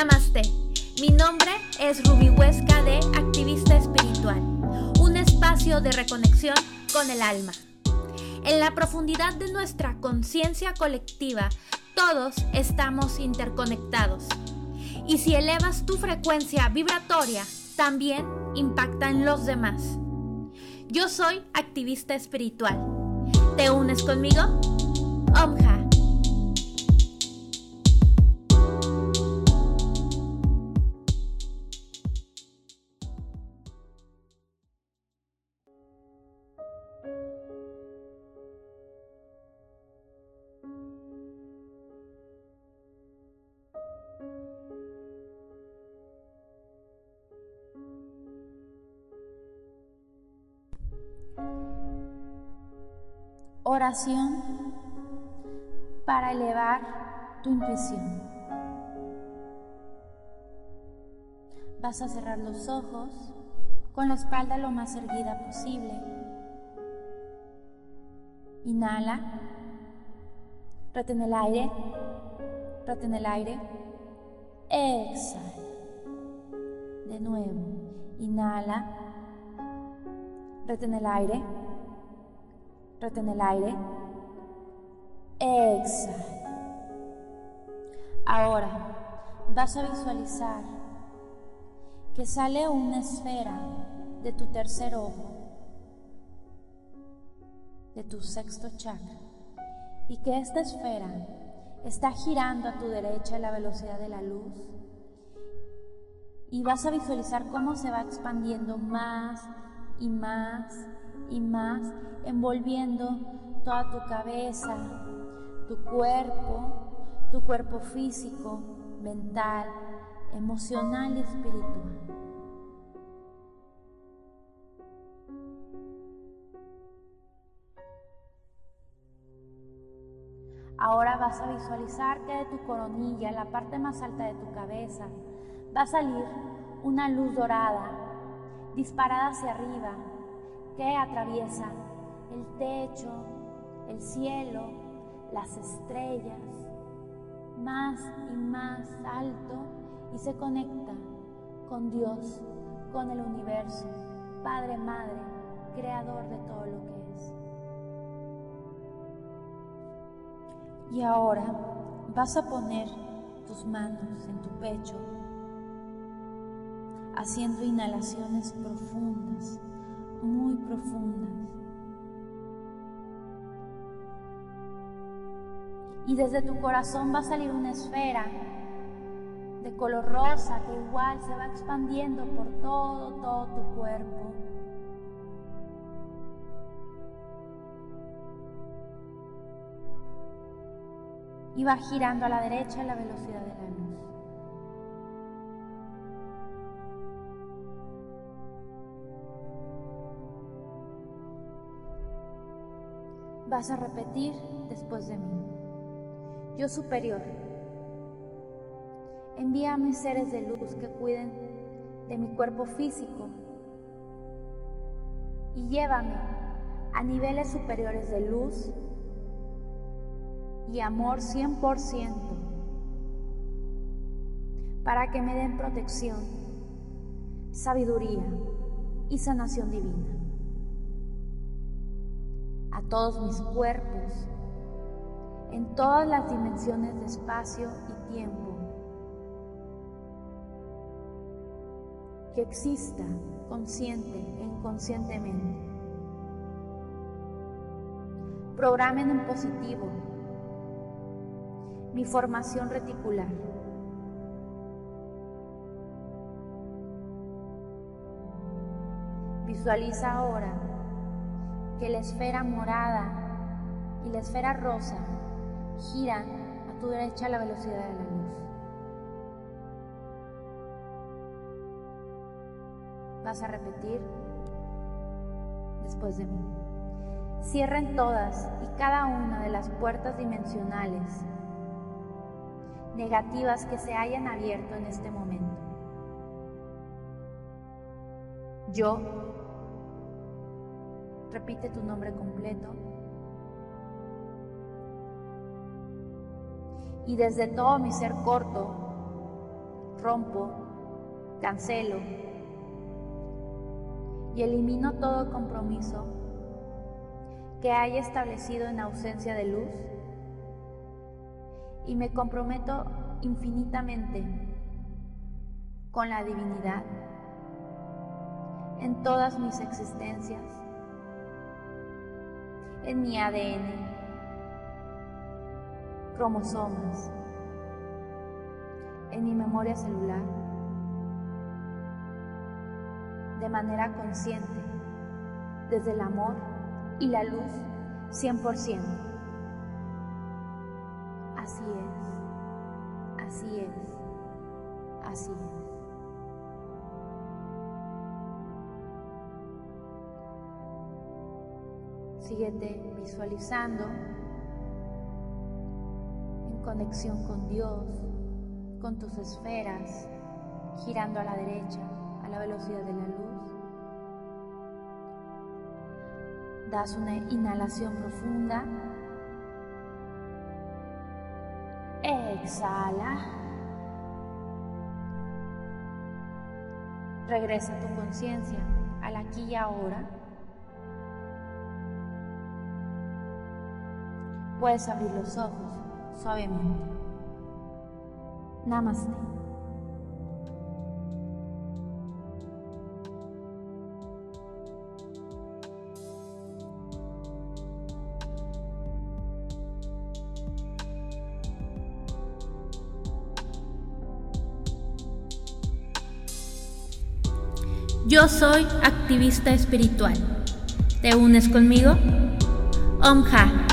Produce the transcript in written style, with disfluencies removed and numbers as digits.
Namaste, mi nombre es Ruby Huesca de Activista Espiritual, un espacio de reconexión con el alma. En la profundidad de nuestra conciencia colectiva, todos estamos interconectados. Y si elevas tu frecuencia vibratoria, también impacta en los demás. Yo soy Activista Espiritual. ¿Te unes conmigo? Omha. Oración para elevar tu intuición. Vas a cerrar los ojos con la espalda lo más erguida posible. Inhala, retén el aire, exhala. De nuevo, inhala, retén el aire, exhala. Ahora vas a visualizar que sale una esfera de tu tercer ojo, de tu sexto chakra, y que esta esfera está girando a tu derecha a la velocidad de la luz, y vas a visualizar cómo se va expandiendo más y más y más, envolviendo toda tu cabeza, tu cuerpo físico, mental, emocional y espiritual. Ahora vas a visualizar que de tu coronilla, la parte más alta de tu cabeza, va a salir una luz dorada, disparada hacia arriba, que atraviesa el techo, el cielo, las estrellas, más y más alto, y se conecta con Dios, con el universo, Padre, Madre, Creador de todo lo que es. Y ahora vas a poner tus manos en tu pecho, haciendo inhalaciones profundas, muy profundas. Y desde tu corazón va a salir una esfera de color rosa que igual se va expandiendo por todo tu cuerpo. Y va girando a la derecha a la velocidad de la luz. Vas a repetir después de mí. Yo superior, envía a mis seres de luz que cuiden de mi cuerpo físico y llévame a niveles superiores de luz y amor 100% para que me den protección, sabiduría y sanación divina a todos mis cuerpos, en todas las dimensiones de espacio y tiempo, que exista consciente e inconscientemente. Programen en positivo mi formación reticular. Visualiza ahora que la esfera morada y la esfera rosa giran a tu derecha a la velocidad de la luz. Vas a repetir después de mí. Cierren todas y cada una de las puertas dimensionales negativas que se hayan abierto en este momento. Yo, repite tu nombre completo, y desde todo mi ser corto, rompo, cancelo y elimino todo compromiso que haya establecido en ausencia de luz y me comprometo infinitamente con la divinidad en todas mis existencias, en mi ADN, cromosomas, en mi memoria celular, de manera consciente, desde el amor y la luz 100%. Así es, así es, así es. Síguete visualizando en conexión con Dios, con tus esferas, girando a la derecha a la velocidad de la luz. Das una inhalación profunda. Exhala. Regresa tu conciencia al aquí y ahora. Puedes abrir los ojos suavemente. Namaste. Yo soy activista espiritual. ¿Te unes conmigo? Om Ha.